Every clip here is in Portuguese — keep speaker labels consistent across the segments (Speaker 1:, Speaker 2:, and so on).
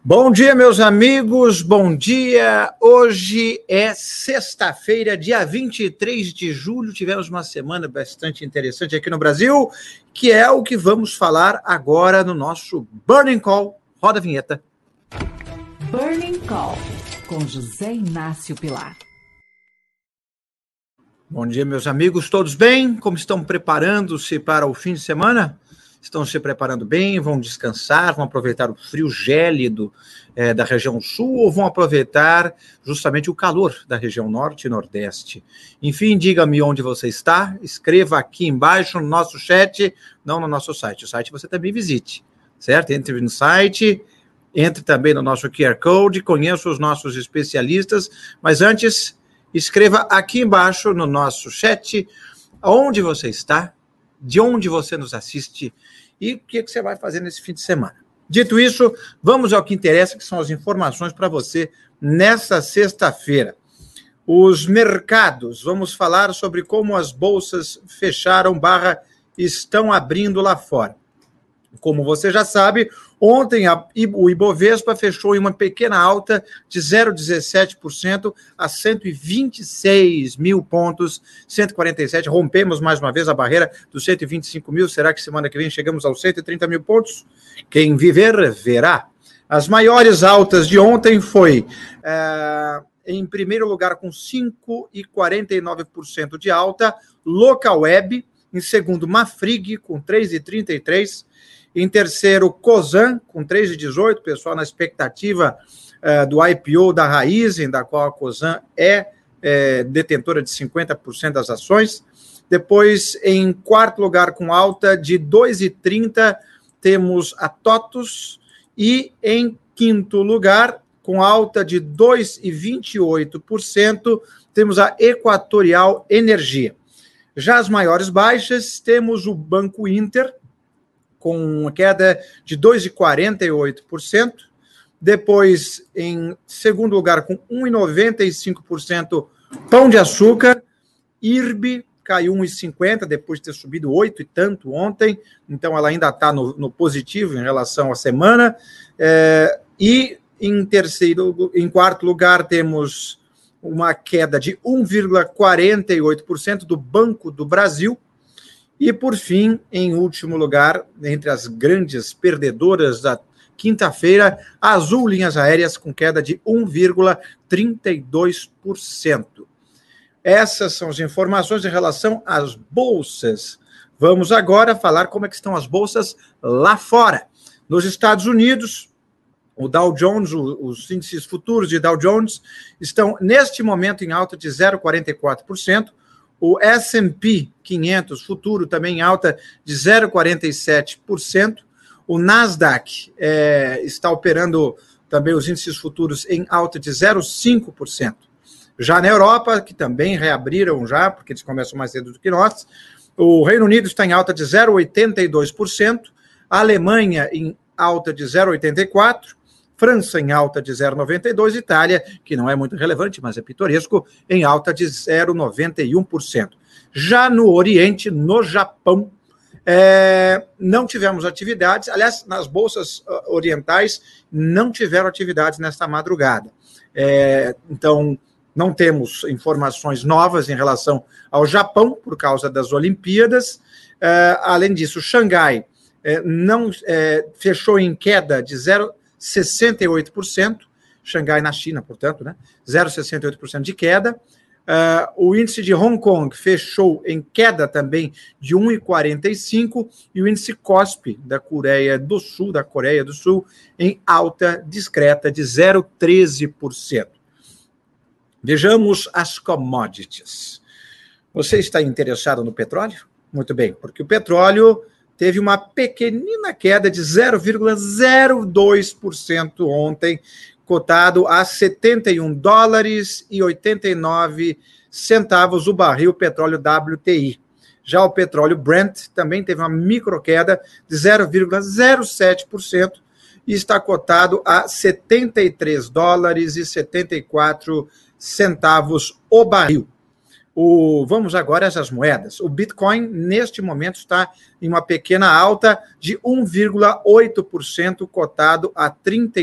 Speaker 1: Bom dia, meus amigos, bom dia. Hoje é sexta-feira, dia 23 de julho. Tivemos uma semana bastante interessante aqui no Brasil, que é o que vamos falar agora no nosso Burning Call. Roda a vinheta.
Speaker 2: Burning Call, com José Inácio Pilar.
Speaker 1: Bom dia, meus amigos, todos bem? Como estão preparando-se para o fim de semana? Estão se preparando bem, vão descansar, vão aproveitar o frio gélido da região sul ou vão aproveitar justamente o calor da região norte e nordeste? Enfim, diga-me onde você está, escreva aqui embaixo no nosso chat, não no nosso site. O site você também visite, certo? Entre no site, entre também no nosso QR Code, conheça os nossos especialistas, mas antes, escreva aqui embaixo no nosso chat onde você está, de onde você nos assiste e o que você vai fazer nesse fim de semana. Dito isso, vamos ao que interessa, que são as informações para você nessa sexta-feira. Os mercados, vamos falar sobre como as bolsas fecharam / estão abrindo lá fora. Como você já sabe, ontem o Ibovespa fechou em uma pequena alta de 0,17% a 126 mil pontos, 147. Rompemos mais uma vez a barreira dos 125 mil. Será que semana que vem chegamos aos 130 mil pontos? Quem viver, verá. As maiores altas de ontem foi, em primeiro lugar, com 5,49% de alta, Localweb. Em segundo, Mafrig, com 3,33%. Em terceiro, Cosan, com 3,18%, pessoal na expectativa do IPO da Raizen, da qual a Cosan é detentora de 50% das ações. Depois, em quarto lugar, com alta de 2,30%, temos a TOTUS. E em quinto lugar, com alta de 2,28%, temos a Equatorial Energia. Já as maiores baixas, temos o Banco Inter, com uma queda de 2,48%. Depois, em segundo lugar, com 1,95%, Pão de Açúcar. IRB caiu 1,50%, depois de ter subido 8 e tanto ontem. Então, ela ainda está no positivo em relação à semana. E em quarto lugar, temos uma queda de 1,48% do Banco do Brasil. E, por fim, em último lugar, entre as grandes perdedoras da quinta-feira, a Azul Linhas Aéreas, com queda de 1,32%. Essas são as informações em relação às bolsas. Vamos agora falar como é que estão as bolsas lá fora. Nos Estados Unidos, o Dow Jones, os índices futuros de Dow Jones, estão, neste momento, em alta de 0,44%. O S&P 500 futuro também em alta de 0,47%. O Nasdaq está operando também os índices futuros em alta de 0,5%. Já na Europa, que também reabriram já, porque eles começam mais cedo do que nós, o Reino Unido está em alta de 0,82%. A Alemanha em alta de 0,84%. França em alta de 0,92%, Itália, que não é muito relevante, mas é pitoresco, em alta de 0,91%. Já no Oriente, no Japão, não tivemos atividades, aliás, nas bolsas orientais não tiveram atividades nesta madrugada. Então, não temos informações novas em relação ao Japão, por causa das Olimpíadas. Além disso, Xangai fechou em queda de 0,68%, Xangai na China, portanto, 0,68% de queda. O índice de Hong Kong fechou em queda também de 1,45%, e o índice KOSPI da Coreia do Sul, em alta discreta de 0,13%. Vejamos as commodities. Você está interessado no petróleo? Muito bem, porque o petróleo teve uma pequenina queda de 0,02% ontem, cotado a $71,89 o barril petróleo WTI. Já o petróleo Brent também teve uma microqueda de 0,07% e está cotado a $73,74 o barril. Vamos agora a essas moedas. O Bitcoin, neste momento, está em uma pequena alta de 1,8%, cotado a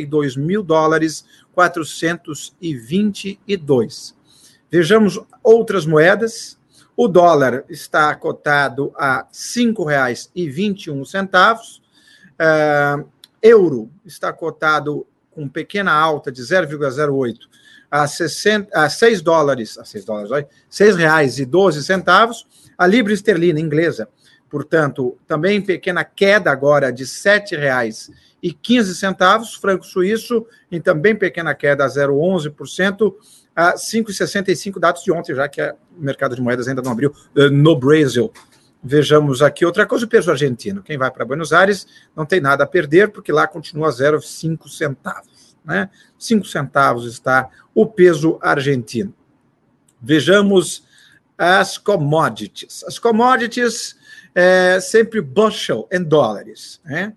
Speaker 1: $32.422. Vejamos outras moedas. O dólar está cotado a R$ 5,21. Euro está cotado com pequena alta de 0,08 a R$6,12. A libra esterlina inglesa, portanto, também pequena queda agora de R$ 7,15. Franco suíço, em também pequena queda a 0,11%, a 5,65 dados de ontem, já que o mercado de moedas ainda não abriu no Brasil. Vejamos aqui outra coisa, o peso argentino. Quem vai para Buenos Aires não tem nada a perder, porque lá continua 0,5 centavos. Né? 5 centavos está o peso argentino. Vejamos as commodities. As commodities sempre bushel em dólares. Né?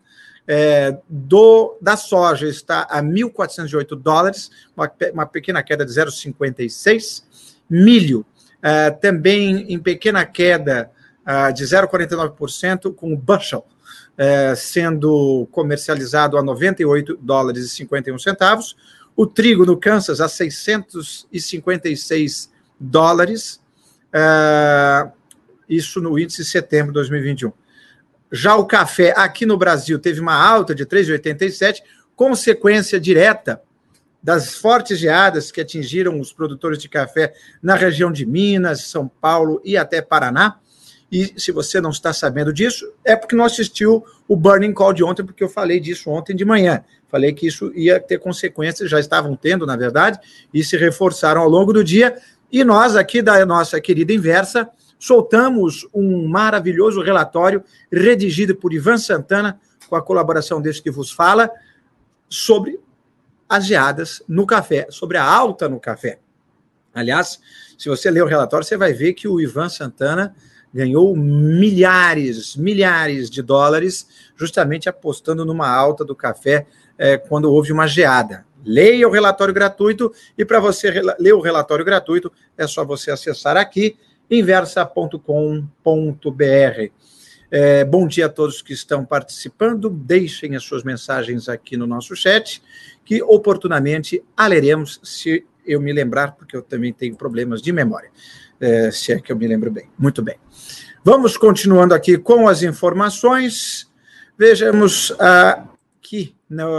Speaker 1: Da soja está a $1.408, uma pequena queda de 0,56. Milho também em pequena queda de 0,49%, com o bushel sendo comercializado a $98,51. O trigo no Kansas a $656, isso no índice de setembro de 2021. Já o café aqui no Brasil teve uma alta de 3,87, consequência direta das fortes geadas que atingiram os produtores de café na região de Minas, São Paulo e até Paraná. E se você não está sabendo disso, é porque não assistiu o Burning Call de ontem, porque eu falei disso ontem de manhã. Falei que isso ia ter consequências, já estavam tendo, na verdade, e se reforçaram ao longo do dia. E nós, aqui da nossa querida Inversa, soltamos um maravilhoso relatório redigido por Ivan Santana, com a colaboração deste que vos fala, sobre as geadas no café, sobre a alta no café. Aliás, se você ler o relatório, você vai ver que o Ivan Santana ganhou milhares de dólares, justamente apostando numa alta do café quando houve uma geada. Leia o relatório gratuito, e para você ler o relatório gratuito, é só você acessar aqui, inversa.com.br. Bom dia a todos que estão participando, deixem as suas mensagens aqui no nosso chat, que oportunamente a leremos, se eu me lembrar, porque eu também tenho problemas de memória, se é que eu me lembro bem. Muito bem. Vamos continuando aqui com as informações. Vejamos aqui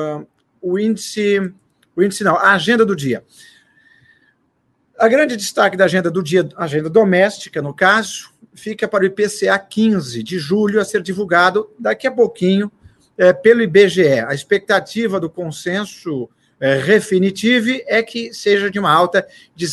Speaker 1: a agenda do dia. A grande destaque da agenda do dia, agenda doméstica, no caso, fica para o IPCA 15 de julho, a ser divulgado daqui a pouquinho pelo IBGE. A expectativa do consenso Refinitiv é que seja de uma alta de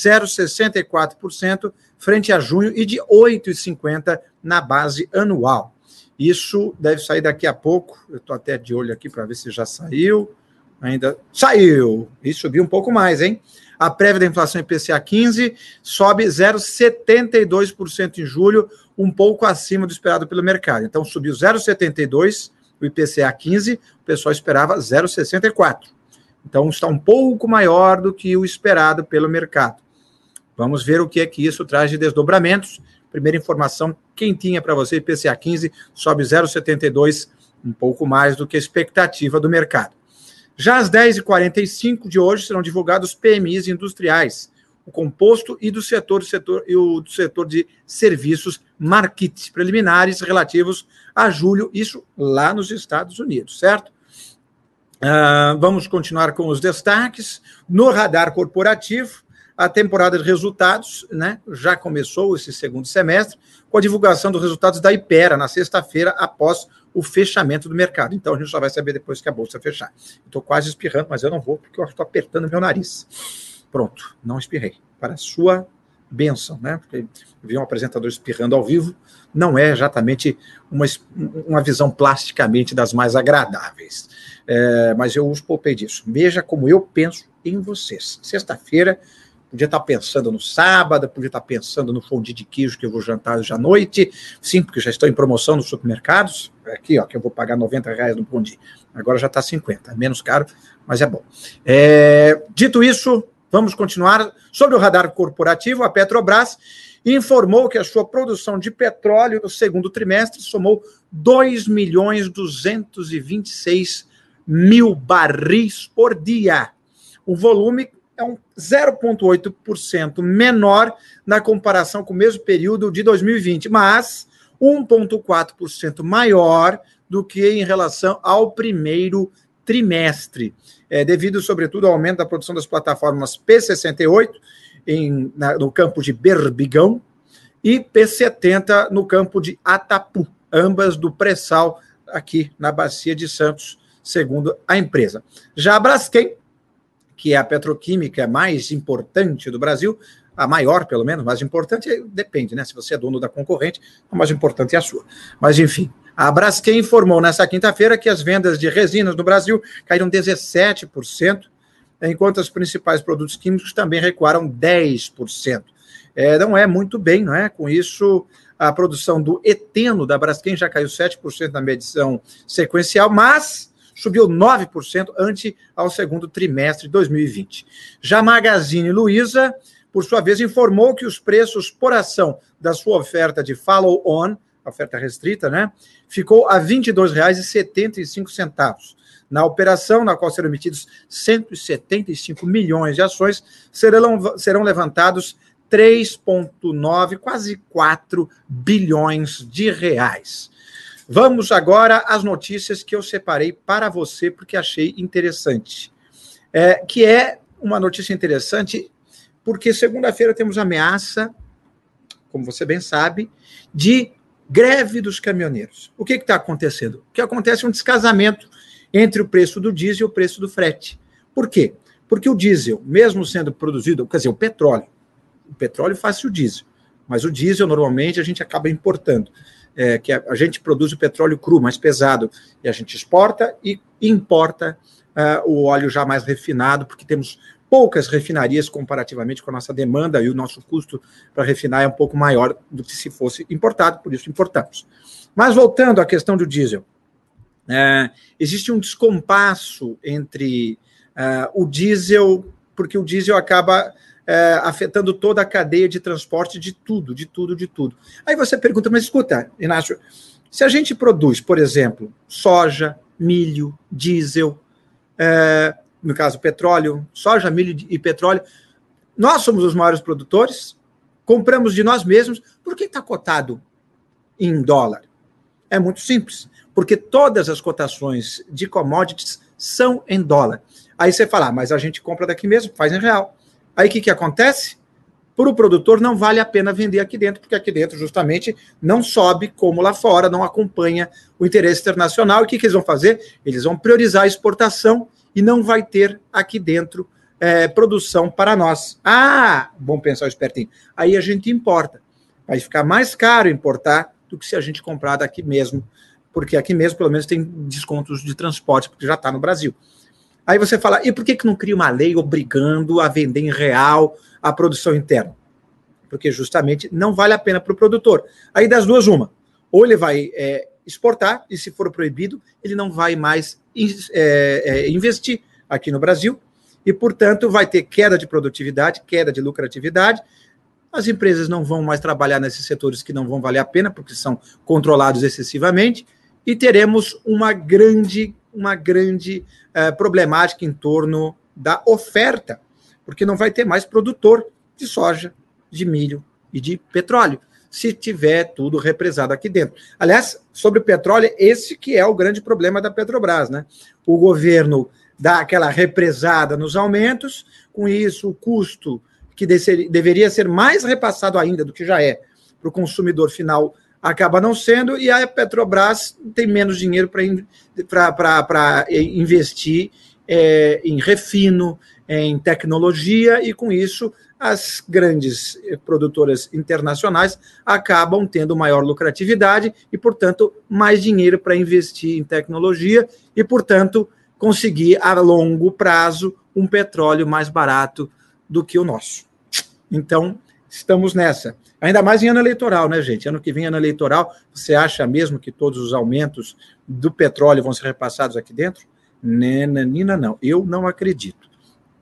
Speaker 1: 0,64% frente a junho e de 8,50% na base anual. Isso deve sair daqui a pouco. Eu estou até de olho aqui para ver se já saiu. Ainda saiu! E subiu um pouco mais, hein? A prévia da inflação IPCA 15 sobe 0,72% em julho, um pouco acima do esperado pelo mercado. Então, subiu 0,72% o IPCA 15, o pessoal esperava 0,64%. Então, está um pouco maior do que o esperado pelo mercado. Vamos ver o que é que isso traz de desdobramentos. Primeira informação quentinha para você, IPCA 15 sobe 0,72%, um pouco mais do que a expectativa do mercado. Já às 10h45 de hoje serão divulgados os PMIs industriais, o composto e do setor de serviços markets preliminares relativos a julho, isso lá nos Estados Unidos, certo? Vamos continuar com os destaques. No radar corporativo, a temporada de resultados, né, já começou esse segundo semestre, com a divulgação dos resultados da Hypera na sexta-feira, após o fechamento do mercado. Então, a gente só vai saber depois que a bolsa fechar. Estou quase espirrando, mas eu não vou, porque eu estou apertando meu nariz. Pronto, não espirrei. Para a sua bênção, né? Porque vi um apresentador espirrando ao vivo, não é exatamente uma visão plasticamente das mais agradáveis. Mas eu os poupei disso. Veja como eu penso em vocês. Sexta-feira, podia estar pensando no sábado, podia estar pensando no fondue de queijo que eu vou jantar hoje à noite. Sim, porque já estou em promoção nos supermercados. Aqui, ó, que eu vou pagar R$90 no fondue. Agora já está 50, menos caro, mas é bom. Dito isso, vamos continuar. Sobre o radar corporativo, a Petrobras informou que a sua produção de petróleo no segundo trimestre somou 2.226.000 barris por dia. O volume é 0,8% menor na comparação com o mesmo período de 2020, mas 1,4% maior do que em relação ao primeiro trimestre, devido, sobretudo, ao aumento da produção das plataformas P68 no campo de Berbigão e P70 no campo de Atapu, ambas do pré-sal aqui na Bacia de Santos, segundo a empresa. Já a Braskem, que é a petroquímica mais importante do Brasil, a maior, pelo menos, mais importante, depende, né? Se você é dono da concorrente, a mais importante é a sua. Mas, enfim, a Braskem informou nesta quinta-feira que as vendas de resinas no Brasil caíram 17%, enquanto os principais produtos químicos também recuaram 10%. Não é muito bem, não é? Com isso, a produção do eteno da Braskem já caiu 7% na medição sequencial, mas subiu 9% ante ao segundo trimestre de 2020. Já a Magazine Luiza, por sua vez, informou que os preços por ação da sua oferta de follow-on, oferta restrita, né, ficou a R$ 22,75. Na operação, na qual serão emitidos 175 milhões de ações, serão levantados 3,9, quase 4 bilhões de reais. Vamos agora às notícias que eu separei para você, porque achei interessante. Que é uma notícia interessante, porque segunda-feira temos ameaça, como você bem sabe, de greve dos caminhoneiros. O que está acontecendo? O que acontece é um descasamento entre o preço do diesel e o preço do frete. Por quê? Porque o diesel, mesmo sendo produzido, quer dizer, o petróleo faz-se o diesel, mas o diesel, normalmente, a gente acaba importando. Que a gente produz o petróleo cru, mais pesado, e a gente exporta e importa o óleo já mais refinado, porque temos poucas refinarias comparativamente com a nossa demanda, e o nosso custo para refinar é um pouco maior do que se fosse importado, por isso importamos. Mas voltando à questão do diesel, existe um descompasso entre o diesel, porque o diesel acaba afetando toda a cadeia de transporte de tudo. Aí você pergunta, mas escuta, Inácio, se a gente produz, por exemplo, soja, milho, diesel, no caso petróleo, soja, milho e petróleo, nós somos os maiores produtores, compramos de nós mesmos, por que está cotado em dólar? É muito simples, porque todas as cotações de commodities são em dólar. Aí você fala, mas a gente compra daqui mesmo, faz em real. Aí o que acontece? Para o produtor não vale a pena vender aqui dentro, porque aqui dentro justamente não sobe como lá fora, não acompanha o interesse internacional. E o que eles vão fazer? Eles vão priorizar a exportação e não vai ter aqui dentro produção para nós. Bom pensar o espertinho. Aí a gente importa. Vai ficar mais caro importar do que se a gente comprar daqui mesmo, porque aqui mesmo pelo menos tem descontos de transporte, porque já está no Brasil. Aí você fala, e por que não cria uma lei obrigando a vender em real a produção interna? Porque justamente não vale a pena para o produtor. Aí das duas, uma. Ou ele vai exportar, e se for proibido, ele não vai mais investir aqui no Brasil, e, portanto, vai ter queda de produtividade, queda de lucratividade. As empresas não vão mais trabalhar nesses setores que não vão valer a pena, porque são controlados excessivamente, e teremos uma grande problemática em torno da oferta, porque não vai ter mais produtor de soja, de milho e de petróleo, se tiver tudo represado aqui dentro. Aliás, sobre o petróleo, esse que é o grande problema da Petrobras, né? O governo dá aquela represada nos aumentos, com isso o custo que deveria ser mais repassado ainda do que já é para o consumidor final acaba não sendo, e a Petrobras tem menos dinheiro para investir em refino, em tecnologia, e com isso as grandes produtoras internacionais acabam tendo maior lucratividade e, portanto, mais dinheiro para investir em tecnologia e, portanto, conseguir a longo prazo um petróleo mais barato do que o nosso. Então, estamos nessa. Ainda mais em ano eleitoral, né, gente? Ano que vem, ano eleitoral, você acha mesmo que todos os aumentos do petróleo vão ser repassados aqui dentro? Nananina, não. Eu não acredito.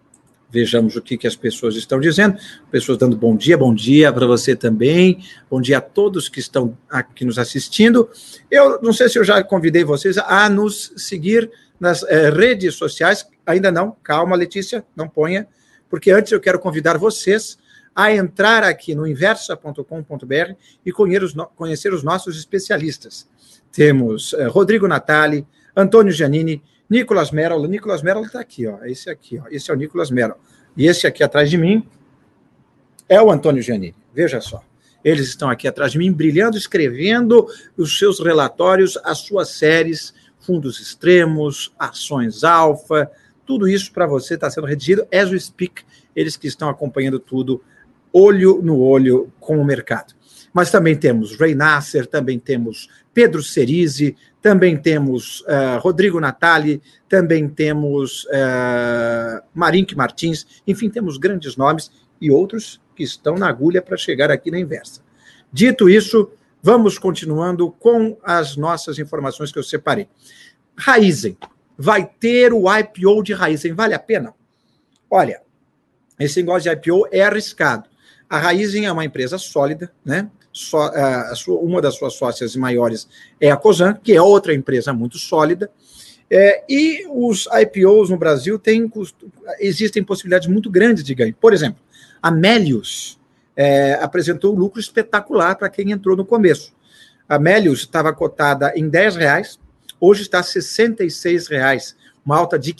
Speaker 1: Vejamos o que as pessoas estão dizendo. Pessoas dando bom dia para você também. Bom dia a todos que estão aqui nos assistindo. Eu não sei se eu já convidei vocês a nos seguir nas redes sociais. Ainda não. Calma, Letícia, não ponha. Porque antes eu quero convidar vocês a entrar aqui no inversa.com.br e conhecer os nossos especialistas. Temos Rodrigo Natali, Antônio Giannini, Nicolas Merrill. Nicolas Merrill está aqui, ó. Esse aqui, ó. Esse é o Nicolas Merrill. E esse aqui atrás de mim é o Antônio Giannini. Veja só. Eles estão aqui atrás de mim, brilhando, escrevendo os seus relatórios, as suas séries, fundos extremos, ações alfa, tudo isso para você está sendo redigido as we speak. Eles que estão acompanhando tudo, olho no olho com o mercado. Mas também temos Ray Nasser, também temos Pedro Cerise, também temos Rodrigo Natali, também temos Marink Martins, enfim, temos grandes nomes e outros que estão na agulha para chegar aqui na Inversa. Dito isso, vamos continuando com as nossas informações que eu separei. Raizen, vai ter o IPO de Raizen, vale a pena? Olha, esse negócio de IPO é arriscado. A Raizen é uma empresa sólida, né? Uma das suas sócias maiores é a Cosan, que é outra empresa muito sólida, e os IPOs no Brasil existem possibilidades muito grandes de ganho. Por exemplo, a Melius apresentou um lucro espetacular para quem entrou no começo. A Melius estava cotada em R$10, hoje está a R$66, uma alta de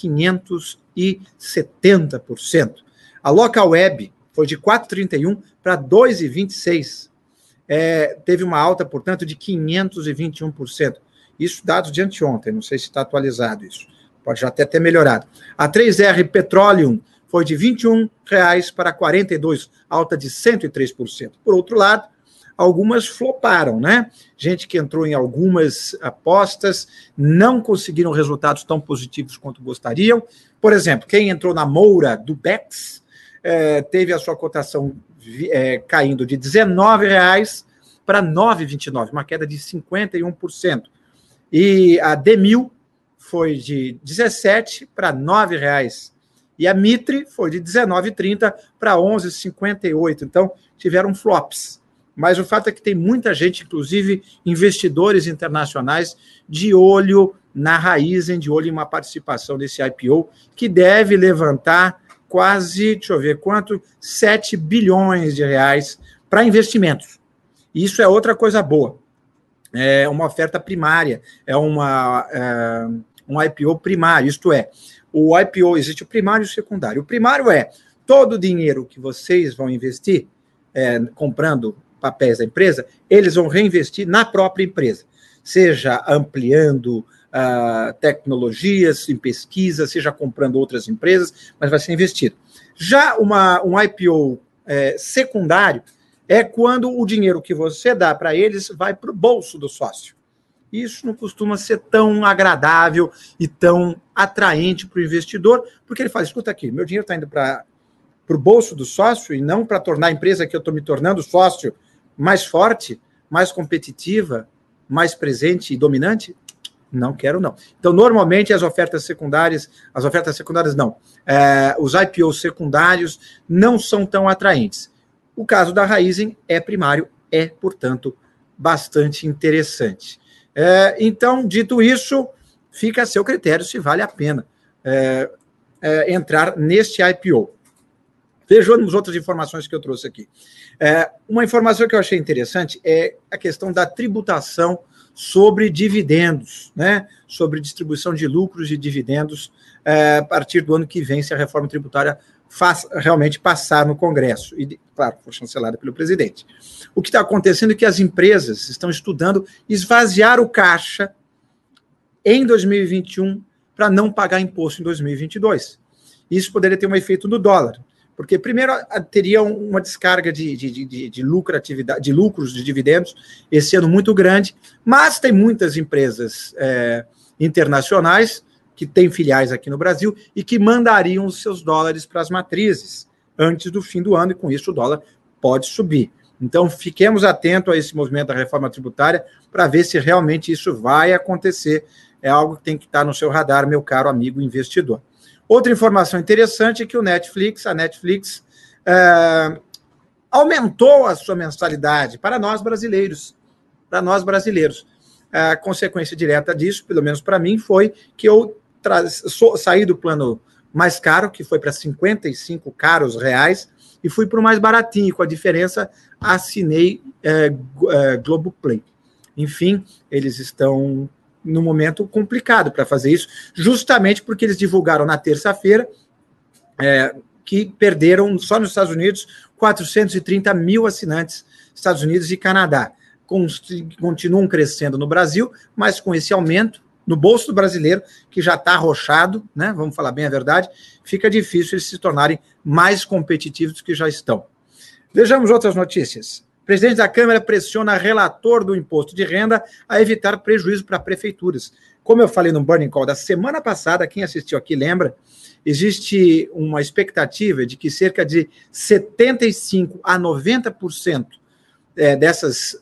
Speaker 1: 570%. A Localweb foi de 4,31 para 2,26. Teve uma alta, portanto, de 521%. Isso dados de anteontem, não sei se está atualizado isso. Pode já até ter melhorado. A 3R Petroleum foi de R$21 para 42, alta de 103%. Por outro lado, algumas floparam, né? Gente que entrou em algumas apostas, não conseguiram resultados tão positivos quanto gostariam. Por exemplo, quem entrou na Moura do BEX, teve a sua cotação caindo de R$19 para 9,29, uma queda de 51%. E a Demil foi de 17 para R$9. E a Mitre foi de 19,30 para 11,58. Então, tiveram flops. Mas o fato é que tem muita gente, inclusive investidores internacionais, de olho na Raizen, de olho em uma participação desse IPO, que deve levantar quase, deixa eu ver quanto, 7 bilhões de reais para investimentos. Isso é outra coisa boa. É uma oferta primária, um IPO primário, isto é, o IPO existe o primário e o secundário. O primário é todo o dinheiro que vocês vão investir comprando papéis da empresa, eles vão reinvestir na própria empresa, seja ampliando tecnologias em pesquisa, seja comprando outras empresas, mas vai ser investido. Já um IPO secundário é quando o dinheiro que você dá para eles vai para o bolso do sócio. Isso não costuma ser tão agradável e tão atraente para o investidor, porque ele fala, escuta aqui, meu dinheiro está indo para o bolso do sócio e não para tornar a empresa que eu estou me tornando sócio mais forte, mais competitiva, mais presente e dominante? Não quero, não. Então, normalmente, os IPOs secundários não são tão atraentes. O caso da Raizen é primário, portanto, bastante interessante. Então, dito isso, fica a seu critério se vale a pena entrar neste IPO. Vejamos outras informações que eu trouxe aqui. Uma informação que eu achei interessante é a questão da tributação sobre dividendos, né? Sobre distribuição de lucros e dividendos a partir do ano que vem, se a reforma tributária realmente passar no Congresso. E, claro, foi chancelada pelo presidente. O que está acontecendo é que as empresas estão estudando esvaziar o caixa em 2021 para não pagar imposto em 2022. Isso poderia ter um efeito no dólar. Porque, primeiro, teria uma descarga de lucros, de dividendos, esse ano muito grande, mas tem muitas empresas internacionais que têm filiais aqui no Brasil e que mandariam os seus dólares para as matrizes antes do fim do ano, e com isso o dólar pode subir. Então, fiquemos atentos a esse movimento da reforma tributária para ver se realmente isso vai acontecer. É algo que tem que estar no seu radar, meu caro amigo investidor. Outra informação interessante é que a Netflix aumentou a sua mensalidade para nós brasileiros. A consequência direta disso, pelo menos para mim, foi que eu saí do plano mais caro, que foi para 55 caros reais, e fui para o mais baratinho. Com a diferença, assinei Globoplay. Enfim, eles estão num momento complicado para fazer isso, justamente porque eles divulgaram na terça-feira que perderam, só nos Estados Unidos, 430 mil assinantes, Estados Unidos e Canadá. Continuam crescendo no Brasil, mas com esse aumento no bolso do brasileiro, que já está arrochado, né? Vamos falar bem a verdade, fica difícil eles se tornarem mais competitivos do que já estão. Vejamos outras notícias. O presidente da Câmara pressiona relator do imposto de renda a evitar prejuízo para prefeituras. Como eu falei no Burning Call da semana passada, quem assistiu aqui lembra, existe uma expectativa de que cerca de 75% a 90% dessas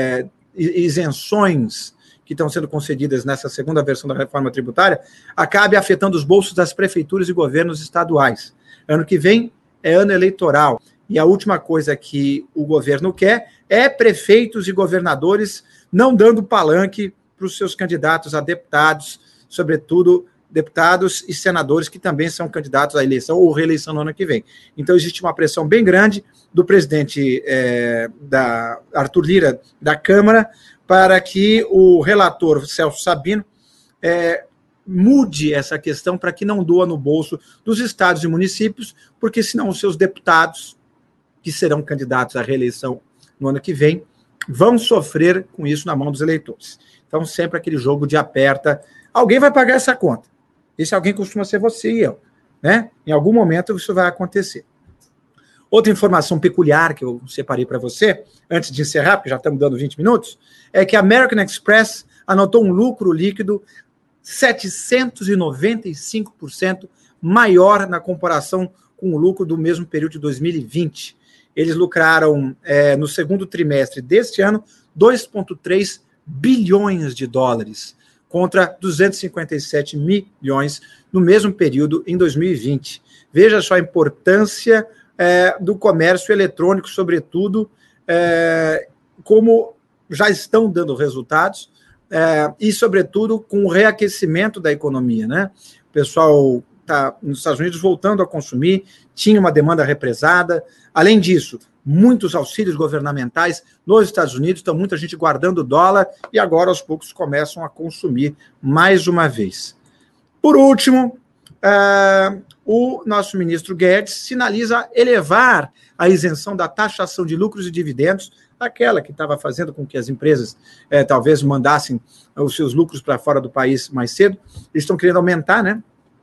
Speaker 1: isenções que estão sendo concedidas nessa segunda versão da reforma tributária, acabe afetando os bolsos das prefeituras e governos estaduais. Ano que vem é ano eleitoral, e a última coisa que o governo quer é prefeitos e governadores não dando palanque para os seus candidatos a deputados, sobretudo deputados e senadores que também são candidatos à eleição ou reeleição no ano que vem. Então, existe uma pressão bem grande do presidente Arthur Lira, da Câmara, para que o relator Celso Sabino mude essa questão para que não doa no bolso dos estados e municípios, porque senão os seus deputados, que serão candidatos à reeleição no ano que vem, vão sofrer com isso na mão dos eleitores. Então, sempre aquele jogo de aperta. Alguém vai pagar essa conta. Esse alguém costuma ser você e eu, né? Em algum momento isso vai acontecer. Outra informação peculiar que eu separei para você, antes de encerrar, porque já estamos dando 20 minutos, é que a American Express anotou um lucro líquido 795% maior na comparação com o lucro do mesmo período de 2020. Eles lucraram, no segundo trimestre deste ano, 2,3 bilhões de dólares, contra 257 milhões no mesmo período em 2020. Veja só a importância do comércio eletrônico, sobretudo, como já estão dando resultados, e, sobretudo, com o reaquecimento da economia, né? O pessoal está nos Estados Unidos voltando a consumir, tinha uma demanda represada. Além disso, muitos auxílios governamentais nos Estados Unidos, então muita gente guardando dólar e agora, aos poucos, começam a consumir mais uma vez. Por último, o nosso ministro Guedes sinaliza elevar a isenção da taxação de lucros e dividendos, aquela que estava fazendo com que as empresas talvez mandassem os seus lucros para fora do país mais cedo. Eles estão querendo aumentar, né,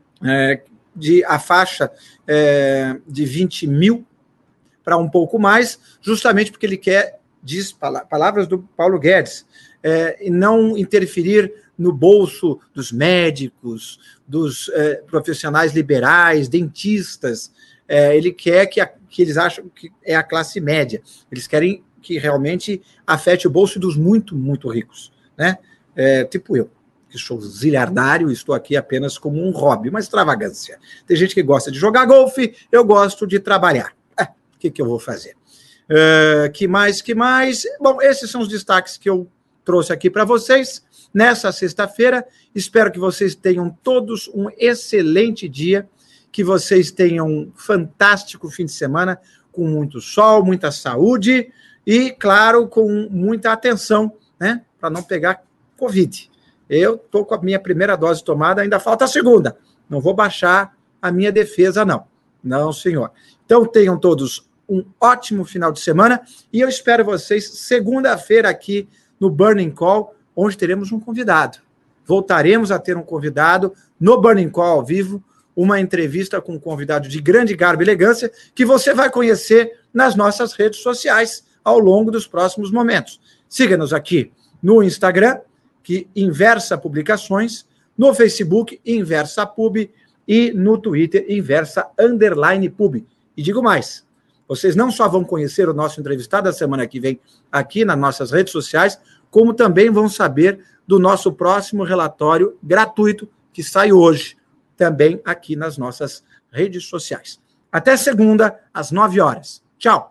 Speaker 1: a faixa de 20 mil para um pouco mais, justamente porque ele quer, diz palavras do Paulo Guedes, não interferir no bolso dos médicos, dos profissionais liberais, dentistas. Ele quer que eles acham que é a classe média. Eles querem que realmente afete o bolso dos muito, muito ricos, né? Tipo eu, que sou zilhardário e estou aqui apenas como um hobby, uma extravagância. Tem gente que gosta de jogar golfe, eu gosto de trabalhar. O que eu vou fazer? Que mais? Bom, esses são os destaques que eu trouxe aqui para vocês nessa sexta-feira. Espero que vocês tenham todos um excelente dia, que vocês tenham um fantástico fim de semana, com muito sol, muita saúde e, claro, com muita atenção, né, para não pegar Covid. Eu estou com a minha primeira dose tomada, ainda falta a segunda. Não vou baixar a minha defesa, não. Não, senhor. Então, tenham todos um ótimo final de semana e eu espero vocês segunda-feira aqui no Burning Call, onde teremos um convidado. Voltaremos a ter um convidado no Burning Call ao vivo, uma entrevista com um convidado de grande garbo e elegância que você vai conhecer nas nossas redes sociais ao longo dos próximos momentos. Siga-nos aqui no Instagram, que Inversa Publicações, no Facebook, Inversa Pub, e no Twitter, Inversa_Pub. E digo mais, vocês não só vão conhecer o nosso entrevistado da semana que vem aqui nas nossas redes sociais, como também vão saber do nosso próximo relatório gratuito que sai hoje. também aqui nas nossas redes sociais. Até segunda, às 9 horas. Tchau!